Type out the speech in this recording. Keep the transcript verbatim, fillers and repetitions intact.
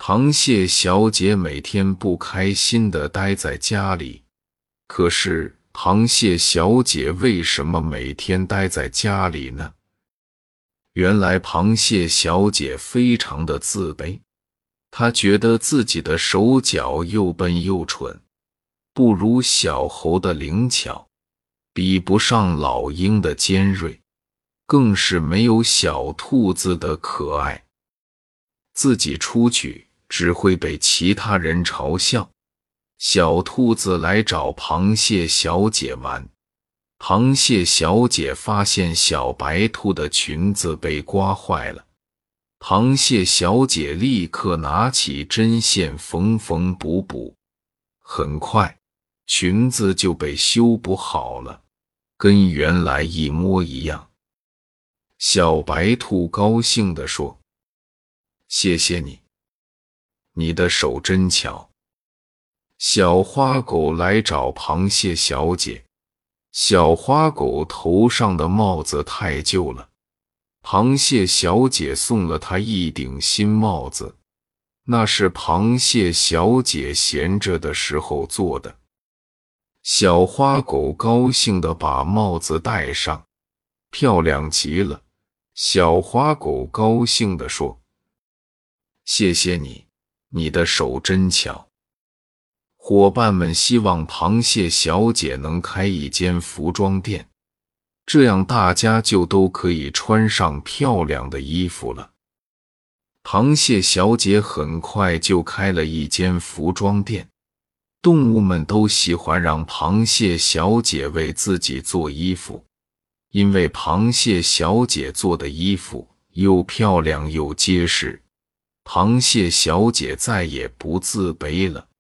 螃蟹小姐每天不开心地待在家里，可是螃蟹小姐为什么每天待在家里呢？原来螃蟹小姐非常的自卑，她觉得自己的手脚又笨又蠢，不如小猴的灵巧，比不上老鹰的尖锐，更是没有小兔子的可爱。自己出去只会被其他人嘲笑。小兔子来找螃蟹小姐玩，螃蟹小姐发现小白兔的裙子被刮坏了，螃蟹小姐立刻拿起针线缝缝补补，很快裙子就被修补好了，跟原来一模一样。小白兔高兴地说：谢谢你，你的手真巧。小花狗来找螃蟹小姐，小花狗头上的帽子太旧了，螃蟹小姐送了它一顶新帽子，那是螃蟹小姐闲着的时候做的。小花狗高兴地把帽子戴上，漂亮极了。小花狗高兴地说：谢谢你，你的手真巧。伙伴们希望螃蟹小姐能开一间服装店，这样大家就都可以穿上漂亮的衣服了。螃蟹小姐很快就开了一间服装店，动物们都喜欢让螃蟹小姐为自己做衣服，因为螃蟹小姐做的衣服又漂亮又结实，螃蟹小姐再也不自卑了。